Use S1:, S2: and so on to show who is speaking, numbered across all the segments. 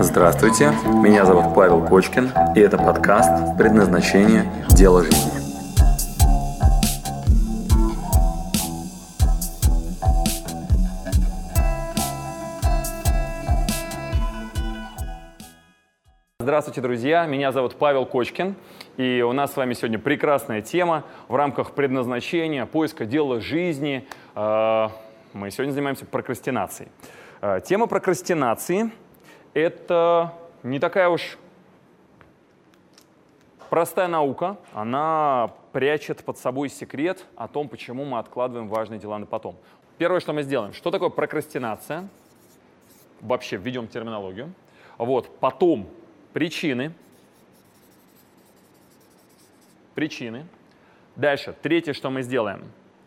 S1: Здравствуйте, меня зовут Павел Кочкин, и это подкаст «Предназначение. Дело жизни».
S2: Здравствуйте, друзья! Меня зовут Павел Кочкин, и у нас с вами сегодня прекрасная тема в рамках предназначения, поиска дела жизни. Мы сегодня занимаемся прокрастинацией. Тема прокрастинации – это не такая уж простая наука. Она прячет под собой секрет о том, почему мы откладываем важные дела на потом. Первое, что мы сделаем, что такое прокрастинация? Вообще введем терминологию. Потом причины. Дальше, третье, что мы сделаем,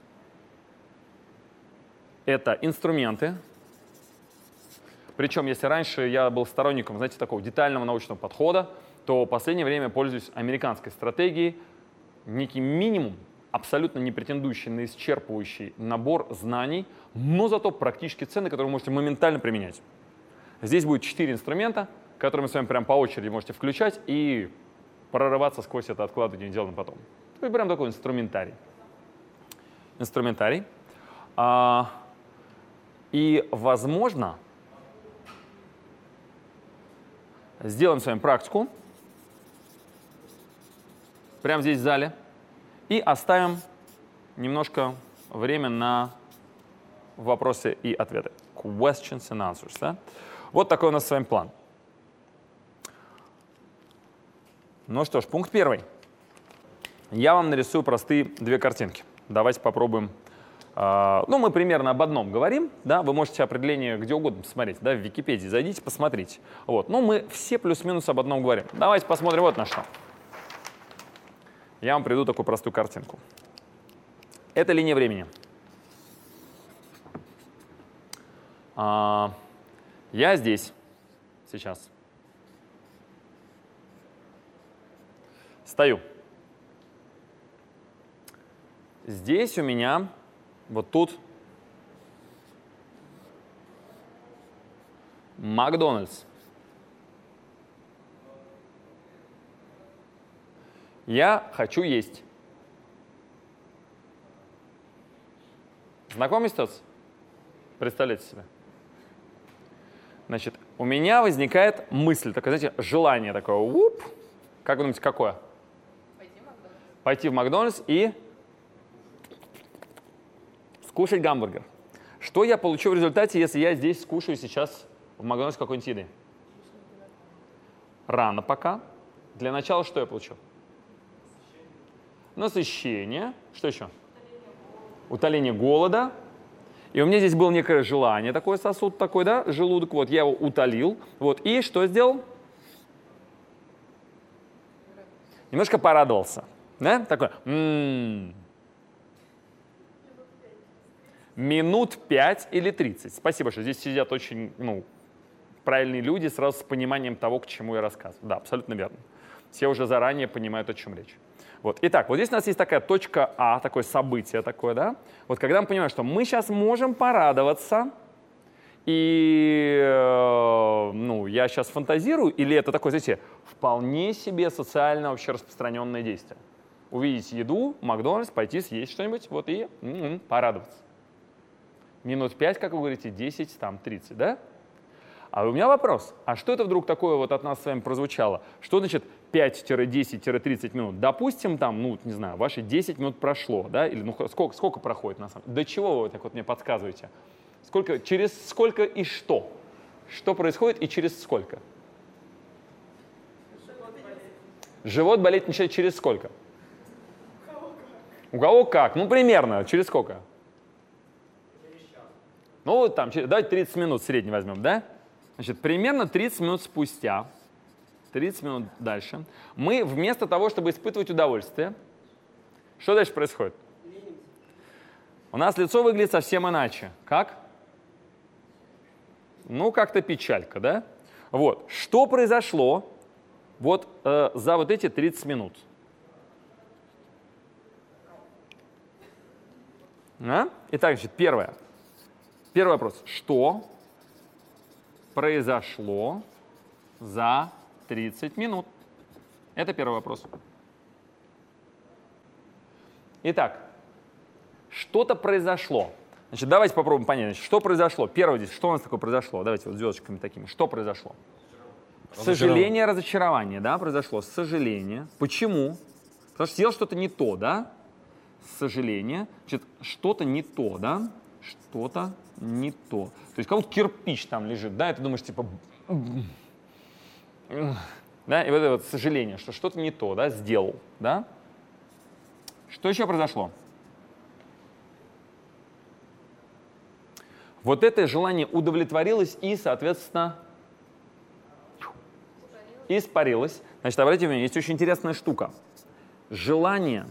S2: это инструменты. Причем, если раньше я был сторонником, знаете, такого детального научного подхода, то в последнее время пользуюсь американской стратегией, некий минимум, абсолютно не претендующий на исчерпывающий набор знаний, но зато практически ценный, который вы можете моментально применять. Здесь будет 4 инструмента, которые мы с вами прям по очереди можете включать и прорываться сквозь это откладывание дел на потом. То есть прям такой инструментарий. И, возможно, сделаем с вами практику прямо здесь в зале и оставим немножко время на вопросы и ответы. Questions and answers. Да? Вот такой у нас с вами план. Ну что ж, пункт первый. Я вам нарисую простые 2 картинки. Давайте попробуем. Мы примерно об одном говорим. Да? Вы можете определение где угодно посмотреть. Да? В Википедии зайдите, посмотрите. Мы все плюс-минус об одном говорим. Давайте посмотрим вот на что. Я вам приведу такую простую картинку. Это линия времени. Я здесь сейчас. Стою. Здесь у меня вот тут Макдональдс. Я хочу есть. Знакомая ситуация? Представляете себе? Значит, у меня возникает мысль, такое, знаете, желание такое. Как вы думаете, какое? Пойти в Макдональдс и скушать гамбургер. Что я получу в результате, если я здесь скушаю сейчас в Макдональдсе какой-нибудь еды? Рано пока. Для начала что я получу? Насыщение. Что еще? Утоление голода. И у меня здесь было некое желание, такой сосуд, такой, да, желудок. Я его утолил. И что сделал? Немножко порадовался. Да? Такой, Минут 5 или 30. Спасибо, что здесь сидят очень правильные люди сразу с пониманием того, к чему я рассказываю. Да, абсолютно верно. Все уже заранее понимают, о чем речь. Итак, здесь у нас есть такая точка А, такое событие такое, да? Когда мы понимаем, что мы сейчас можем порадоваться, и я сейчас фантазирую, или это такое, знаете, вполне себе социально вообще распространенное действие. Увидеть еду, Макдональдс, пойти съесть что-нибудь, и порадоваться. Минут 5, как вы говорите, 10, 30, да? А у меня вопрос, а что это вдруг такое от нас с вами прозвучало? Что значит 5-10-30 минут? Допустим, не знаю, ваши 10 минут прошло, да? Или сколько проходит на самом деле? До чего вы так мне подсказываете? Через сколько и что? Что происходит и через сколько? Живот болеть начинает через сколько? У кого как? Примерно. Через сколько? Давайте 30 минут средний возьмем, да? Значит, примерно 30 минут спустя, 30 минут дальше, мы вместо того, чтобы испытывать удовольствие, что дальше происходит? У нас лицо выглядит совсем иначе. Как? Как-то печалька, да? Что произошло за эти 30 минут? Итак, значит, первый вопрос. Что произошло за 30 минут? Это первый вопрос. Итак, что-то произошло. Значит, давайте попробуем понять, значит, что произошло. Первое здесь, что у нас такое произошло? Давайте вот звездочками такими. Что произошло? Сожаление, разочарование, да, произошло. Сожаление. Почему? Потому что сделал что-то не то, да? Сожаление. Значит, что-то не то, да? Что-то не то. То есть как будто кирпич там лежит, да, и ты думаешь, типа... Да, и вот это вот сожаление, что что-то не то, да, сделал, да? Что еще произошло? Вот это желание удовлетворилось и, соответственно, испарилось. Значит, обратите внимание, есть очень интересная штука. Желание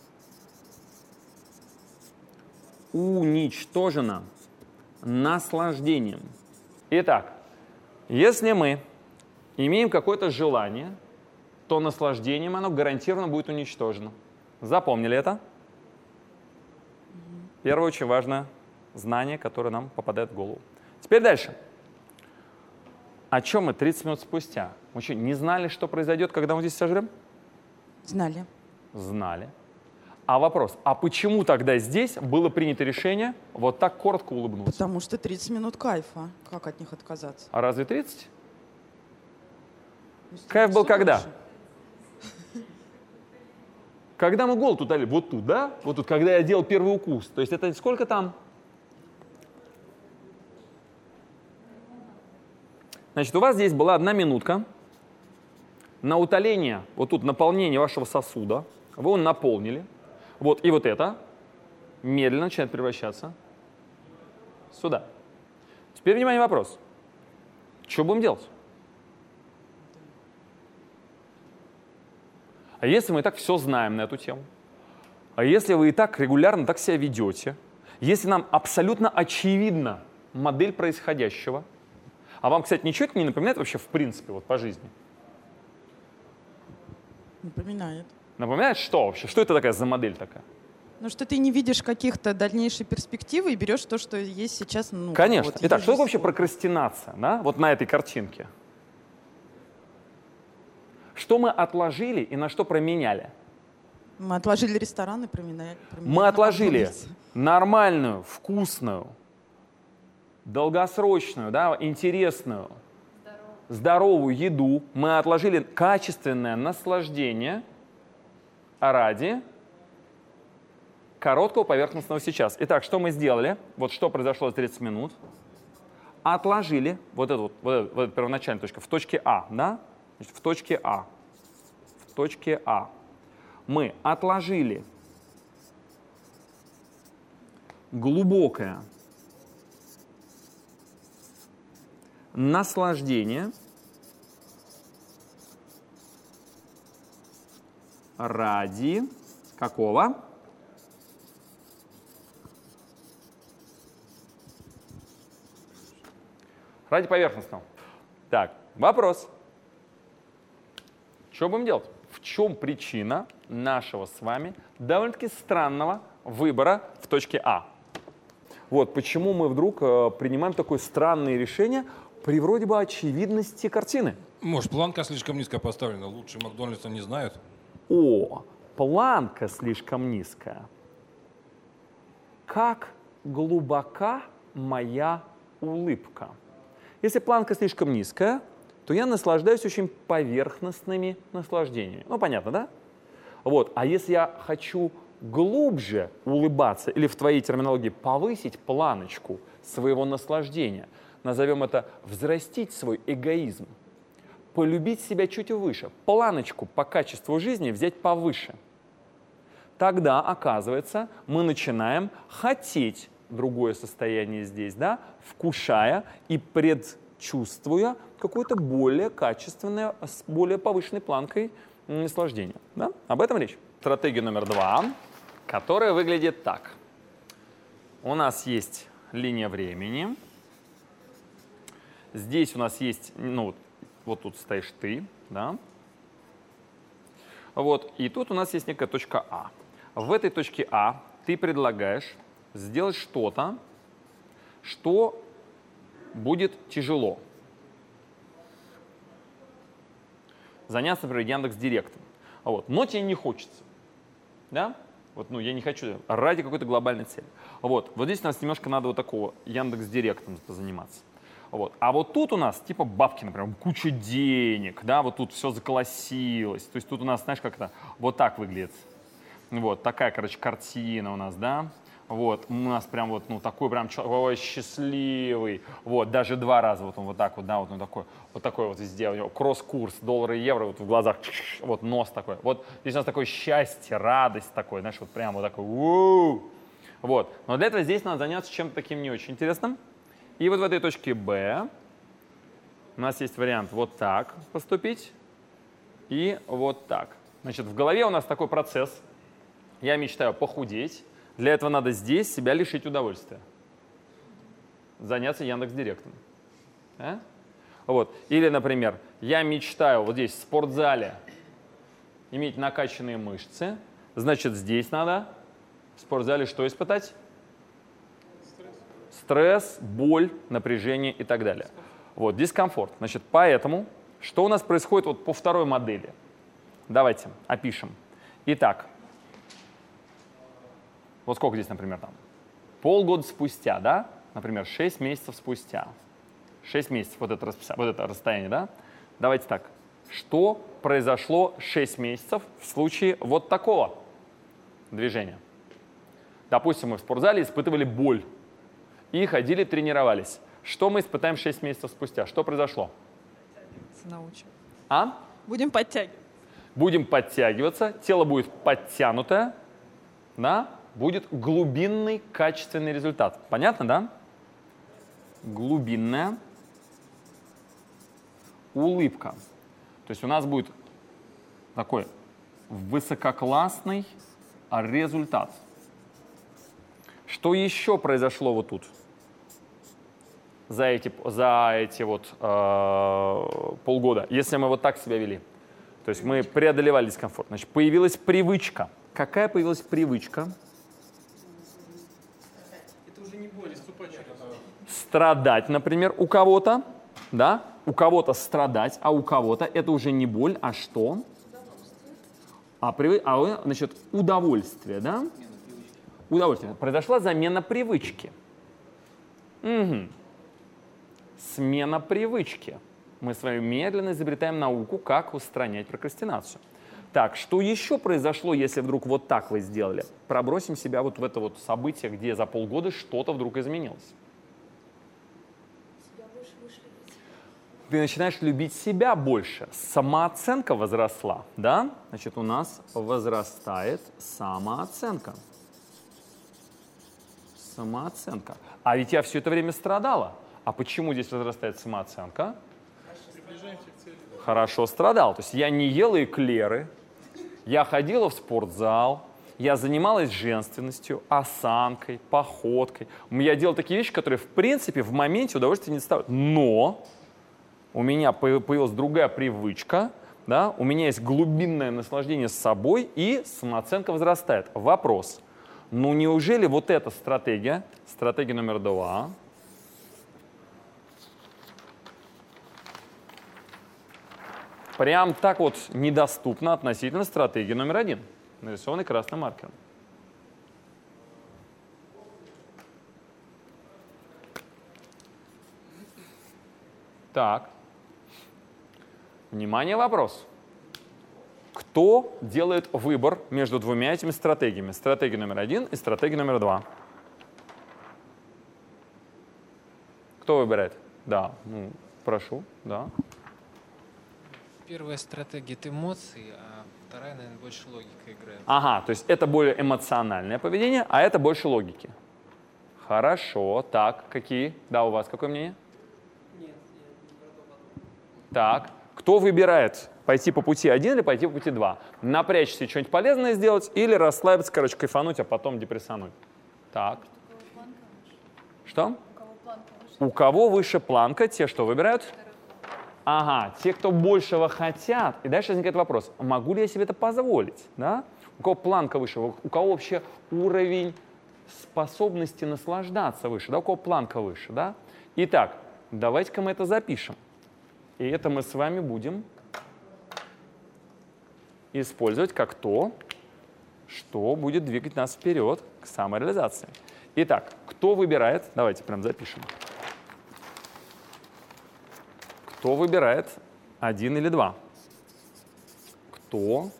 S2: уничтожено наслаждением. Итак, если мы имеем какое-то желание, то наслаждением оно гарантированно будет уничтожено. Запомнили это? Первое очень важное знание, которое нам попадает в голову. Теперь дальше. О чем мы 30 минут спустя? Мы что, не знали, что произойдет, когда мы здесь сожрем?
S3: Знали.
S2: Знали. А вопрос, а почему тогда здесь было принято решение вот так коротко улыбнуться?
S3: Потому что 30 минут кайфа. Как от них отказаться?
S2: А разве 30? Кайф был когда? Когда мы голову тут дали, вот тут, да? Вот тут, когда я делал первый укус. То есть это сколько там? Значит, у вас здесь была 1 минутка на утоление, вот тут наполнение вашего сосуда. Вы его наполнили. Вот, и вот это медленно начинает превращаться сюда. Теперь, внимание, вопрос. Что будем делать? А если мы и так все знаем на эту тему? А если вы и так регулярно так себя ведете? Если нам абсолютно очевидна модель происходящего? А вам, кстати, ничего это не напоминает вообще в принципе вот по жизни?
S3: Напоминает.
S2: Напоминает что вообще? Что это такая за модель такая?
S3: Ну, что ты не видишь каких-то дальнейшей перспективы и берешь то, что есть сейчас. Ну,
S2: Конечно.
S3: Вот,
S2: Итак, что такое вообще прокрастинация, да? Вот на этой картинке. Что мы отложили и на что променяли?
S3: Мы отложили ресторан и променяли.
S2: Мы отложили нормальную, вкусную, долгосрочную, да, интересную, здоровую еду. Мы отложили качественное наслаждение ради короткого поверхностного сейчас. Итак, что мы сделали? Вот что произошло за 30 минут. Отложили вот эту первоначальную точку в точке А, да? Значит, в точке А. В точке А. Мы отложили глубокое наслаждение ради какого? Ради поверхностного. Так, вопрос. Что будем делать? В чем причина нашего с вами довольно-таки странного выбора в точке А? Вот почему мы вдруг принимаем такое странное решение при вроде бы очевидности картины.
S4: Может, планка слишком низко поставлена, лучше Макдональдса не знают?
S2: О, планка слишком низкая. Как глубока моя улыбка. Если планка слишком низкая, то я наслаждаюсь очень поверхностными наслаждениями. Ну, понятно, да? Вот. А если я хочу глубже улыбаться, или в твоей терминологии повысить планочку своего наслаждения, назовем это взрастить свой эгоизм, полюбить себя чуть выше, планочку по качеству жизни взять повыше, тогда, оказывается, мы начинаем хотеть другое состояние здесь, да, вкушая и предчувствуя какое-то более качественное, с более повышенной планкой наслаждения. Да? Об этом речь. Стратегия номер 2, которая выглядит так. У нас есть линия времени. Здесь у нас есть, ну, вот тут стоишь ты, да? Вот, и тут у нас есть некая точка А. В этой точке А ты предлагаешь сделать что-то, что будет тяжело. заняться, например, Яндекс.Директом. Вот. Но тебе не хочется. Да? Вот, ну, я не хочу ради какой-то глобальной цели. Вот здесь у нас немножко надо вот такого Яндекс.Директом заниматься. Вот. А вот тут у нас типа бабки, например, куча денег, да, вот тут все заколосилось. То есть тут у нас, знаешь, как это, вот так выглядит. Вот, такая, короче, картина у нас, да. Вот, у нас прям вот, ну, такой прям человек счастливый. Вот, даже 2 раза вот он вот так вот, да, вот он такой вот везде, у него кросс-курс, доллары и евро, вот в глазах, вот нос такой. Вот здесь у нас такое счастье, радость такой, знаешь, вот прям вот такой, у-у-у. Вот, но для этого здесь надо заняться чем-то таким не очень интересным. И вот в этой точке Б у нас есть вариант вот так поступить и вот так. Значит, в голове у нас такой процесс. Я мечтаю похудеть. Для этого надо здесь себя лишить удовольствия. Заняться Яндекс.Директом. А? Вот. Или, например, я мечтаю вот здесь в спортзале иметь накачанные мышцы. Значит, здесь надо в спортзале что испытать? Стресс, боль, напряжение и так далее. Вот, дискомфорт. Значит, поэтому, что у нас происходит вот по второй модели? Давайте опишем. Итак, вот сколько здесь, например, там? Полгода спустя, да? Например, 6 месяцев спустя. 6 месяцев, вот это расстояние, да? Давайте так. Что произошло 6 месяцев в случае вот такого движения? Допустим, мы в спортзале испытывали боль. И ходили, тренировались. Что мы испытаем 6 месяцев спустя? Что произошло?
S3: Научим.
S2: А?
S3: Будем подтягиваться.
S2: Будем подтягиваться, тело будет подтянутое, да? Будет глубинный качественный результат. Понятно, да? Глубинная улыбка. То есть у нас будет такой высококлассный результат. Что еще произошло вот тут? За эти вот полгода, если мы вот так себя вели. То есть мы преодолевали дискомфорт. Значит, появилась привычка. Какая появилась привычка?
S5: Это уже не боль, ступать.
S2: Страдать, например, у кого-то. Да? У кого-то страдать, а у кого-то это уже не боль, а что? Значит, удовольствие, да? Удовольствие. Произошла замена привычки. Угу. Смена привычки. Мы с вами медленно изобретаем науку, как устранять прокрастинацию. Так, что еще произошло, если вдруг вот так вы сделали? Пробросим себя вот в это вот событие, где за полгода что-то вдруг изменилось. Ты начинаешь любить себя больше. Самооценка возросла, да? Значит, у нас возрастает самооценка. Самооценка. А ведь я все это время страдала. А почему здесь возрастает самооценка? Хорошо страдал. То есть я не ела эклеры, я ходила в спортзал, я занималась женственностью, осанкой, походкой. Я делал такие вещи, которые, в принципе, в моменте удовольствия не доставляют. Но у меня появилась другая привычка, да? У меня есть глубинное наслаждение с собой, и самооценка возрастает. Вопрос. Ну неужели вот эта стратегия номер 2, прям так вот недоступна относительно стратегии номер 1, нарисованной красным маркером? Так. Внимание, вопрос. Кто делает выбор между двумя этими стратегиями? Стратегия номер 1 и стратегия номер 2. Кто выбирает? Да, ну, прошу, да.
S5: Первая стратегия — это эмоции, а вторая, наверное, больше логика играет.
S2: Ага, то есть это более эмоциональное поведение, а это больше логики. Хорошо, так, какие? Да, у вас какое мнение?
S5: Нет, я не про то подумал.
S2: Так, кто выбирает, пойти по пути 1 или пойти по пути 2? Напрячься и что-нибудь полезное сделать или расслабиться, короче, кайфануть, а потом депрессануть? Так. Что? У кого выше планка, те, что выбирают? Ага, те, кто большего хотят. И дальше возникает вопрос, могу ли я себе это позволить? Да? У кого планка выше, у кого вообще уровень способности наслаждаться выше, да? У кого планка выше, да? Итак, давайте-ка мы это запишем. И это мы с вами будем использовать как то, что будет двигать нас вперед к самореализации. Итак, кто выбирает, давайте прям запишем. Кто выбирает 1 или 2? Кто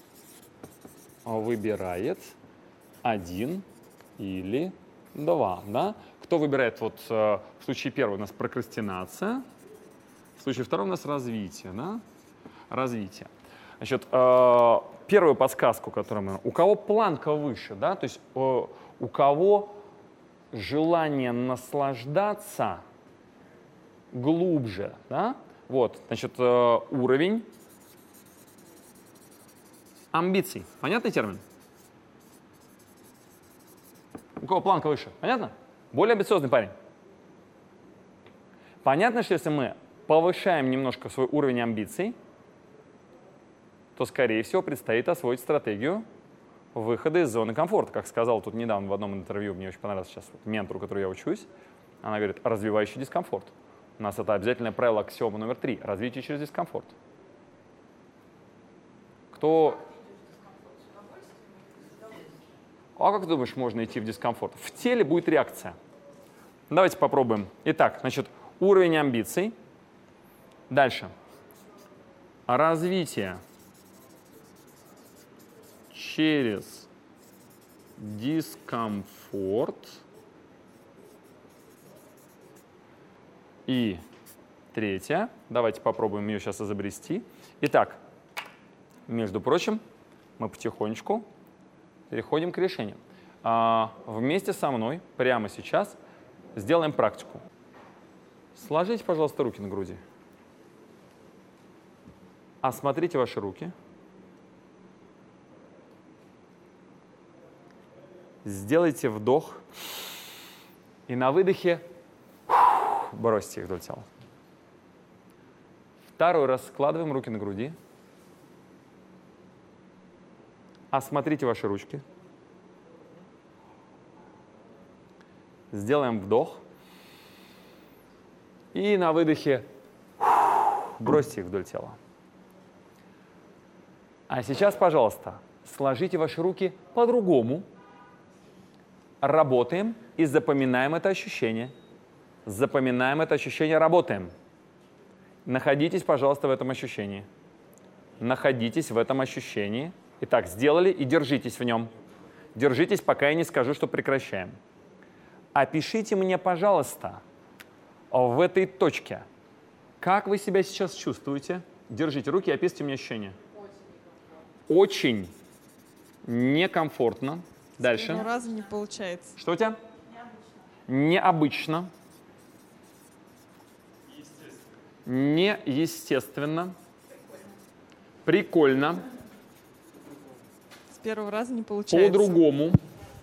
S2: выбирает 1 или 2? Да? Кто выбирает, вот в случае первого у нас прокрастинация, в случае второго у нас развитие. Да? Развитие. Значит, первую подсказку, которую мы... У кого планка выше, да? То есть у кого желание наслаждаться глубже, да? Вот, значит, уровень амбиций. Понятный термин? У кого планка выше? Понятно? Более амбициозный парень. Понятно, что если мы повышаем немножко свой уровень амбиций, то, скорее всего, предстоит освоить стратегию выхода из зоны комфорта. Как сказал тут недавно в одном интервью, мне очень понравился сейчас вот ментор, у которого я учусь, она говорит, развивающий дискомфорт. У нас это обязательное правило, аксиома номер 3. Развитие через дискомфорт. Кто... А как ты думаешь, можно идти в дискомфорт? В теле будет реакция. Давайте попробуем. Итак, значит, уровень амбиций. Дальше. Развитие через дискомфорт. И третье. Давайте попробуем ее сейчас изобрести. Итак, между прочим, мы потихонечку переходим к решению. Вместе со мной прямо сейчас сделаем практику. Сложите, пожалуйста, руки на груди. Осмотрите ваши руки. Сделайте вдох. И на выдохе бросьте их вдоль тела. Второй раз складываем руки на груди. Осмотрите ваши ручки. Сделаем вдох. И на выдохе бросьте их вдоль тела. А сейчас, пожалуйста, сложите ваши руки по-другому. Работаем и запоминаем это ощущение. Запоминаем это ощущение, работаем. Находитесь, пожалуйста, в этом ощущении. Находитесь в этом ощущении. Итак, сделали и держитесь в нем. Держитесь, пока я не скажу, что прекращаем. Опишите мне, пожалуйста, в этой точке, как вы себя сейчас чувствуете. Держите руки и опишите мне ощущение. Очень некомфортно. Дальше.
S3: Первый раз не получается.
S2: Что у тебя? Необычно. Неестественно. Прикольно.
S3: С первого раза не получается.
S2: По-другому.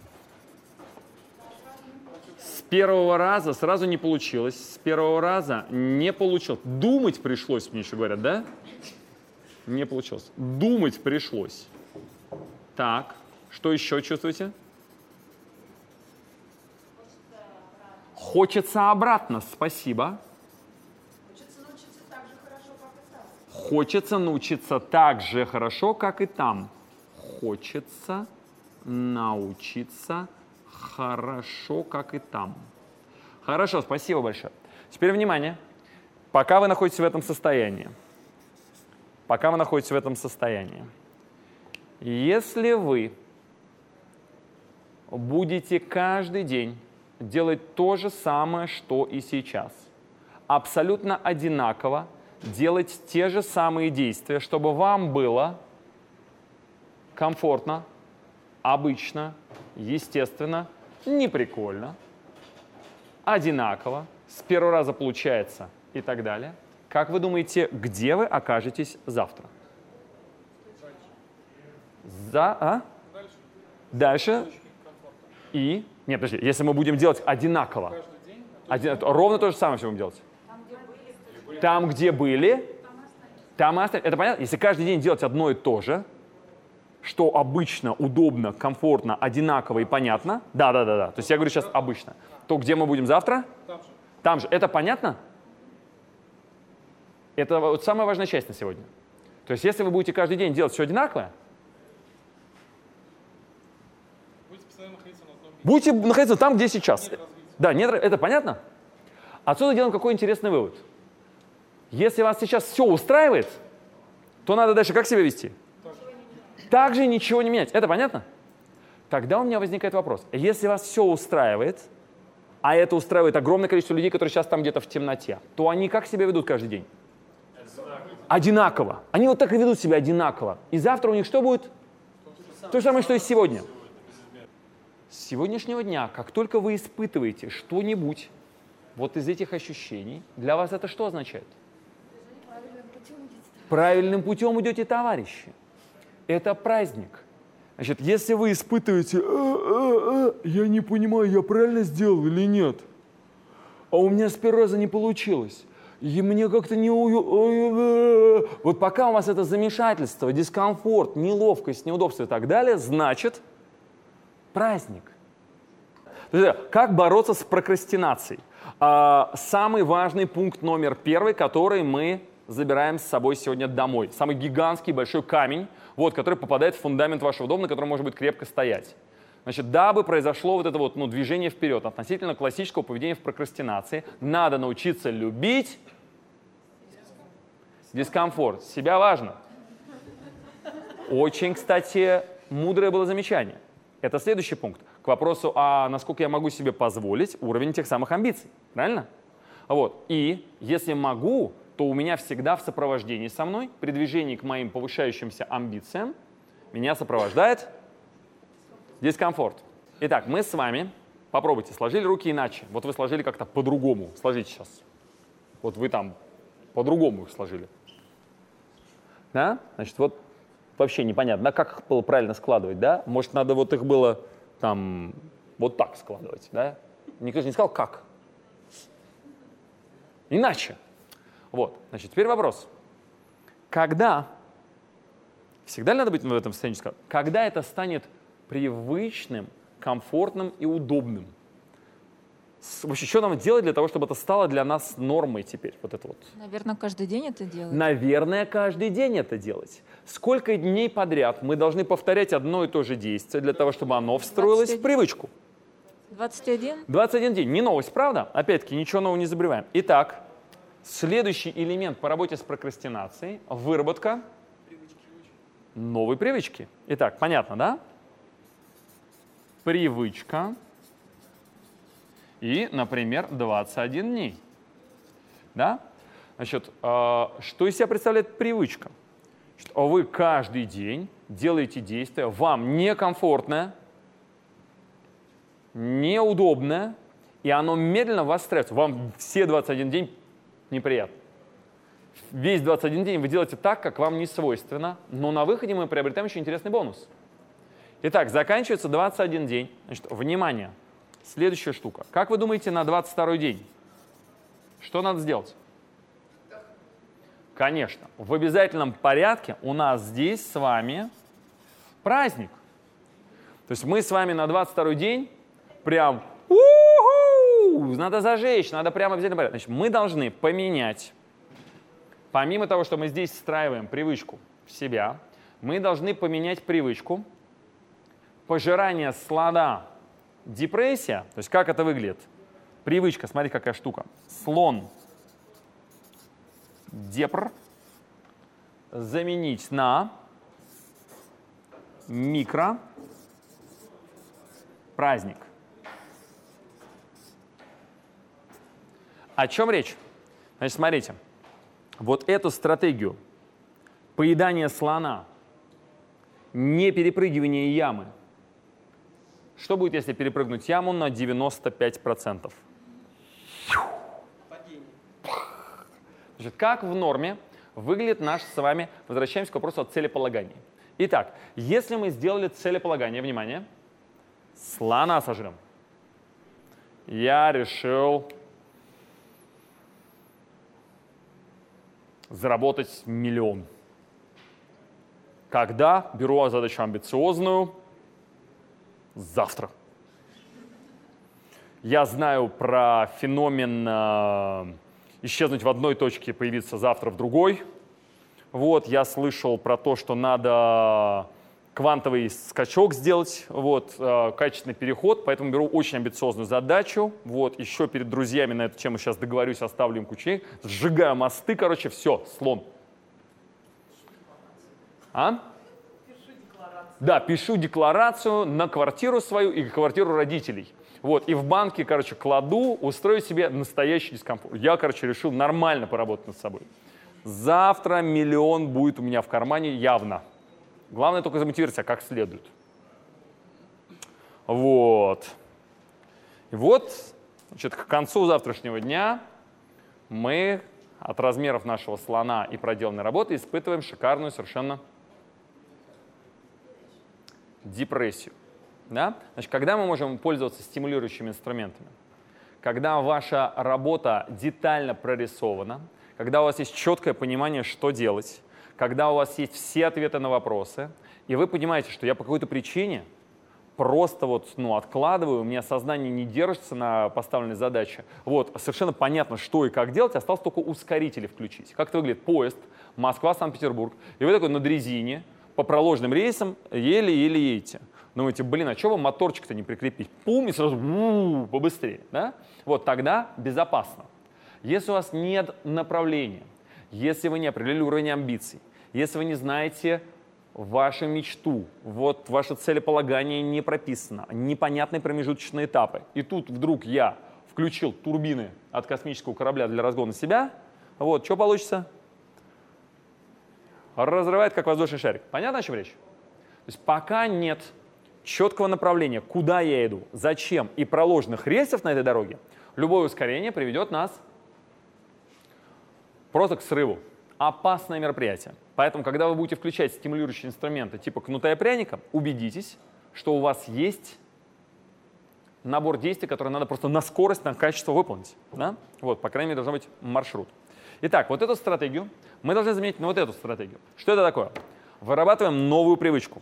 S2: С первого раза сразу не получилось. С первого раза не получилось. Думать пришлось, мне еще говорят, да? Не получилось. Думать пришлось. Так, что еще чувствуете? Хочется обратно. Спасибо. Хочется научиться так же хорошо, как и там. Хочется научиться хорошо, как и там. Хорошо, спасибо большое. Теперь внимание. Пока вы находитесь в этом состоянии, если вы будете каждый день делать то же самое, что и сейчас, абсолютно одинаково, делать те же самые действия, чтобы вам было комфортно, обычно, естественно, не прикольно, одинаково, с первого раза получается и так далее. Как вы думаете, где вы окажетесь завтра? Дальше. И? Нет, подожди, если мы будем делать одинаково, ровно то же самое все будем делать. Там, где были, там и останемся. Это понятно? Если каждый день делать одно и то же, что обычно, удобно, комфортно, одинаково и понятно, да. То есть я говорю сейчас обычно. То где мы будем завтра? Там же. Это понятно? Это вот самая важная часть на сегодня. То есть если вы будете каждый день делать все одинаковое, будете находиться там, где сейчас. Да, нет, это понятно? Отсюда делаем какой интересный вывод. Если вас сейчас все устраивает, то надо дальше как себя вести? Также ничего не менять. Это понятно? Тогда у меня возникает вопрос. Если вас все устраивает, а это устраивает огромное количество людей, которые сейчас там где-то в темноте, то они как себя ведут каждый день? Одинаково. Они вот так и ведут себя одинаково. И завтра у них что будет? То же самое, что и сегодня. С сегодняшнего дня, как только вы испытываете что-нибудь вот из этих ощущений, для вас это что означает? Правильным путем идете, товарищи. Это праздник. Значит, если вы испытываете, я не понимаю, я правильно сделал или нет, а у меня с первого раза не получилось, и мне как-то не... Вот пока у вас это замешательство, дискомфорт, неловкость, неудобство и так далее, значит праздник. То есть, как бороться с прокрастинацией? Самый важный пункт номер 1, который мы забираем с собой сегодня домой. Самый гигантский большой камень, вот, который попадает в фундамент вашего дома, на котором может быть крепко стоять. Значит, дабы произошло вот это вот, движение вперед относительно классического поведения в прокрастинации, надо научиться любить дискомфорт. Себя важно. Очень, кстати, мудрое было замечание. Это следующий пункт. К вопросу, насколько я могу себе позволить уровень тех самых амбиций. Правильно? Вот. И если могу, то у меня всегда в сопровождении со мной, при движении к моим повышающимся амбициям, меня сопровождает дискомфорт. Итак, мы с вами, попробуйте, сложили руки иначе. Вот вы сложили как-то по-другому. Сложите сейчас. Вот вы там по-другому их сложили. Да? Значит, вот вообще непонятно, как их было правильно складывать, да? Может, надо вот их было там вот так складывать, да? Никто же не сказал, как. Иначе. Вот, значит, теперь вопрос. Когда, всегда ли надо быть в этом состоянии, когда это станет привычным, комфортным и удобным? Вообще, что нам делать для того, чтобы это стало для нас нормой теперь? Вот это вот.
S6: Наверное, каждый день это делать.
S2: Наверное, каждый день это делать. Сколько дней подряд мы должны повторять одно и то же действие для того, чтобы оно встроилось
S6: 21.
S2: в привычку?
S6: 21?
S2: 21 день. Не новость, правда? Опять-таки, ничего нового не забываем. Итак, следующий элемент по работе с прокрастинацией – выработка новой привычки. Итак, понятно, да? Привычка. И, например, 21 дней. Да? Значит, что из себя представляет привычка? Значит, вы каждый день делаете действие, вам некомфортное, неудобное, и оно медленно вас встраивается. Вам все 21 день неприятно. Весь 21 день вы делаете так, как вам не свойственно, но на выходе мы приобретаем еще интересный бонус. Итак, заканчивается 21 день. Значит, внимание! Следующая штука. Как вы думаете, на 22-й день? Что надо сделать? Конечно, в обязательном порядке у нас здесь с вами праздник. То есть мы с вами на 22-й день прям надо зажечь, надо прямо обязательно порядок. Значит, мы должны поменять, помимо того, что мы здесь встраиваем привычку в себя, мы должны поменять привычку пожирания слона. Депрессия, то есть как это выглядит? Привычка, смотри, какая штука. Слон, депр, заменить на микро, праздник. О чем речь? Значит, смотрите, вот эту стратегию поедания слона, не перепрыгивания ямы. Что будет, если перепрыгнуть яму на 95%? Значит, как в норме выглядит наш с вами, возвращаемся к вопросу о целеполагании. Итак, если мы сделали целеполагание, внимание, слона сожрем. Я решил заработать 1 миллион. Когда беру задачу амбициозную, завтра. Я знаю про феномен исчезнуть в одной точке, появиться завтра в другой. Вот, я слышал про то, что надо квантовый скачок сделать, вот, качественный переход, поэтому беру очень амбициозную задачу. Вот, еще перед друзьями на эту тему сейчас договорюсь, оставлю им кучу, сжигаю мосты, короче, все, слон. А? Да, пишу декларацию на квартиру свою и квартиру родителей. Вот, и в банке, короче, кладу, устрою себе настоящий дискомфорт. Я, короче, решил нормально поработать над собой. Завтра 1 миллион будет у меня в кармане явно. Главное только замотивировать себя как следует. Вот. И вот, значит, к концу завтрашнего дня мы от размеров нашего слона и проделанной работы испытываем шикарную совершенно депрессию. Да? Значит, когда мы можем пользоваться стимулирующими инструментами? Когда ваша работа детально прорисована, когда у вас есть четкое понимание, что делать, когда у вас есть все ответы на вопросы, и вы понимаете, что я по какой-то причине просто вот, откладываю, у меня сознание не держится на поставленной задаче. Вот, совершенно понятно, что и как делать, осталось только ускорители включить. Как это выглядит? Поезд, Москва-Санкт-Петербург, и вы такой на дрезине, по проложенным рейсам еле-еле едете. Думаете, блин, а что вам моторчик-то не прикрепить? Пум, и сразу побыстрее. Да? Вот тогда безопасно. Если у вас нет направления, если вы не определили уровень амбиций, если вы не знаете вашу мечту, вот ваше целеполагание не прописано, непонятные промежуточные этапы, и тут вдруг я включил турбины от космического корабля для разгона себя, вот, что получится? Разрывает, как воздушный шарик. Понятно, о чем речь? То есть пока нет четкого направления, куда я иду, зачем и проложенных рельсов на этой дороге, любое ускорение приведет нас просто к срыву. Опасное мероприятие. Поэтому, когда вы будете включать стимулирующие инструменты типа кнута и пряника, убедитесь, что у вас есть набор действий, которые надо просто на скорость, на качество выполнить. Да? Вот, по крайней мере, должен быть маршрут. Итак, вот эту стратегию мы должны заменить на вот эту стратегию. Что это такое? Вырабатываем новую привычку.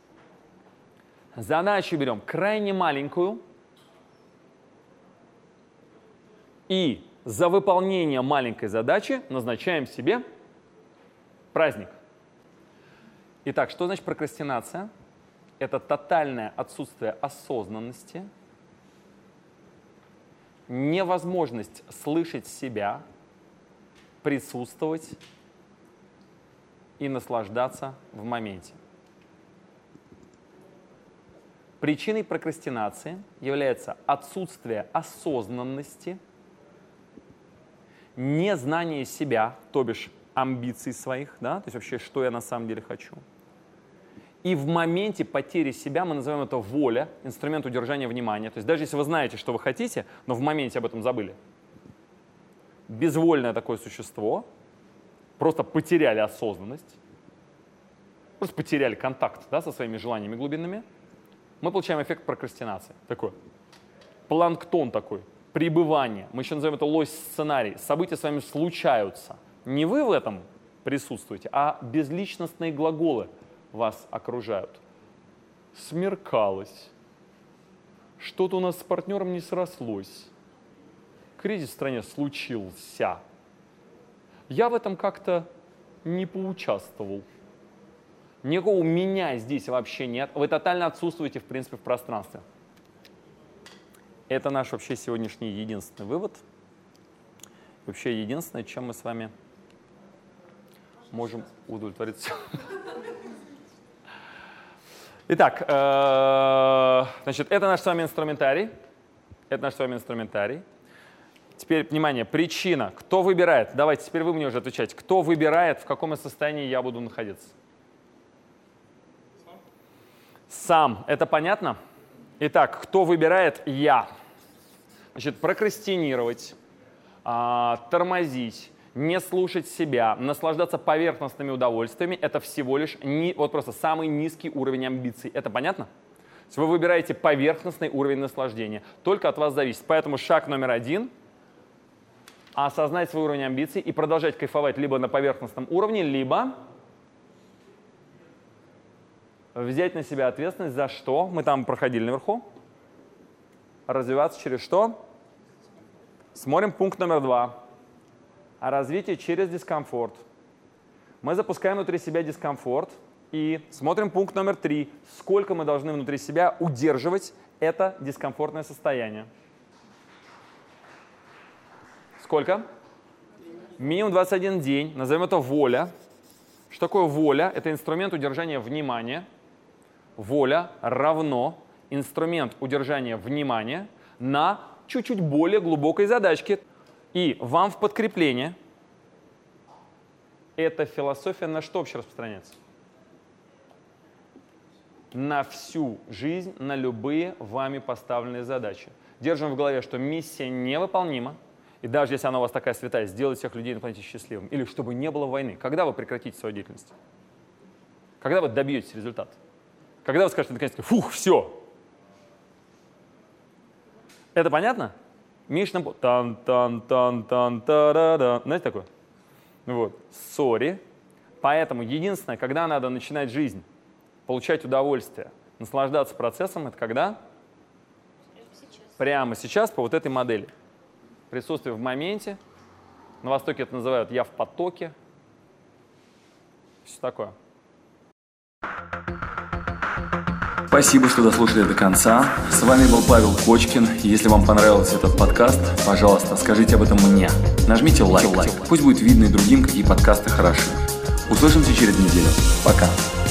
S2: Задачу берем крайне маленькую и за выполнение маленькой задачи назначаем себе праздник. Итак, что значит прокрастинация? Это тотальное отсутствие осознанности, невозможность слышать себя, присутствовать и наслаждаться в моменте. Причиной прокрастинации является отсутствие осознанности, незнание себя, то бишь амбиций своих, да, то есть вообще, что я на самом деле хочу. И в моменте потери себя мы называем это воля, инструмент удержания внимания. То есть даже если вы знаете, что вы хотите, но в моменте об этом забыли. Безвольное такое существо, просто потеряли осознанность, просто потеряли контакт, да, со своими желаниями глубинными, мы получаем эффект прокрастинации. Такой планктон такой, пребывание. Мы еще называем это лось-сценарий. События с вами случаются. Не вы в этом присутствуете, а безличностные глаголы вас окружают. Смеркалось. Что-то у нас с партнером не срослось. Кризис в стране случился. Я в этом как-то не поучаствовал. Никакого меня здесь вообще нет. Вы тотально отсутствуете, в принципе, в пространстве. Это наш вообще сегодняшний единственный вывод. Вообще единственное, чем мы с вами можем удовлетвориться. Итак, значит, это наш с вами инструментарий. Это наш с вами инструментарий. Теперь, внимание, причина. Кто выбирает? Давайте, теперь вы мне уже отвечайте. Кто выбирает, в каком состоянии я буду находиться? Сам. Это понятно? Итак, кто выбирает? Я. Значит, прокрастинировать, тормозить, не слушать себя, наслаждаться поверхностными удовольствиями – это всего лишь вот просто самый низкий уровень амбиций. Это понятно? То есть вы выбираете поверхностный уровень наслаждения. Только от вас зависит. Поэтому шаг номер 1 – осознать свой уровень амбиций и продолжать кайфовать либо на поверхностном уровне, либо взять на себя ответственность за что? Мы там проходили наверху. Развиваться через что? Смотрим пункт номер 2. Развитие через дискомфорт. Мы запускаем внутри себя дискомфорт и смотрим пункт номер 3. Сколько мы должны внутри себя удерживать это дискомфортное состояние? Сколько? Минимум 21 день. Назовем это воля. Что такое воля? Это инструмент удержания внимания. Воля равно инструмент удержания внимания на чуть-чуть более глубокой задачке. И вам в подкрепление эта философия на что вообще распространяется? На всю жизнь, на любые вами поставленные задачи. Держим в голове, что миссия невыполнима. И даже если она у вас такая святая, сделать всех людей на планете счастливым, или чтобы не было войны, когда вы прекратите свою деятельность? Когда вы добьетесь результата? Когда вы скажете наконец-то, фух, все. Это понятно? Мишна, тан-тан-тан-тан-та-ра-да. Знаете такое? Вот. Сори. Поэтому единственное, когда надо начинать жизнь, получать удовольствие, наслаждаться процессом, это когда? Прямо сейчас по вот этой модели. Присутствие в моменте. На Востоке это называют «я в потоке». Все такое.
S1: Спасибо, что дослушали до конца. С вами был Павел Кочкин. Если вам понравился этот подкаст, пожалуйста, скажите об этом мне. Нажмите лайк. Пусть будет видно и другим, какие подкасты хороши. Услышимся через неделю. Пока.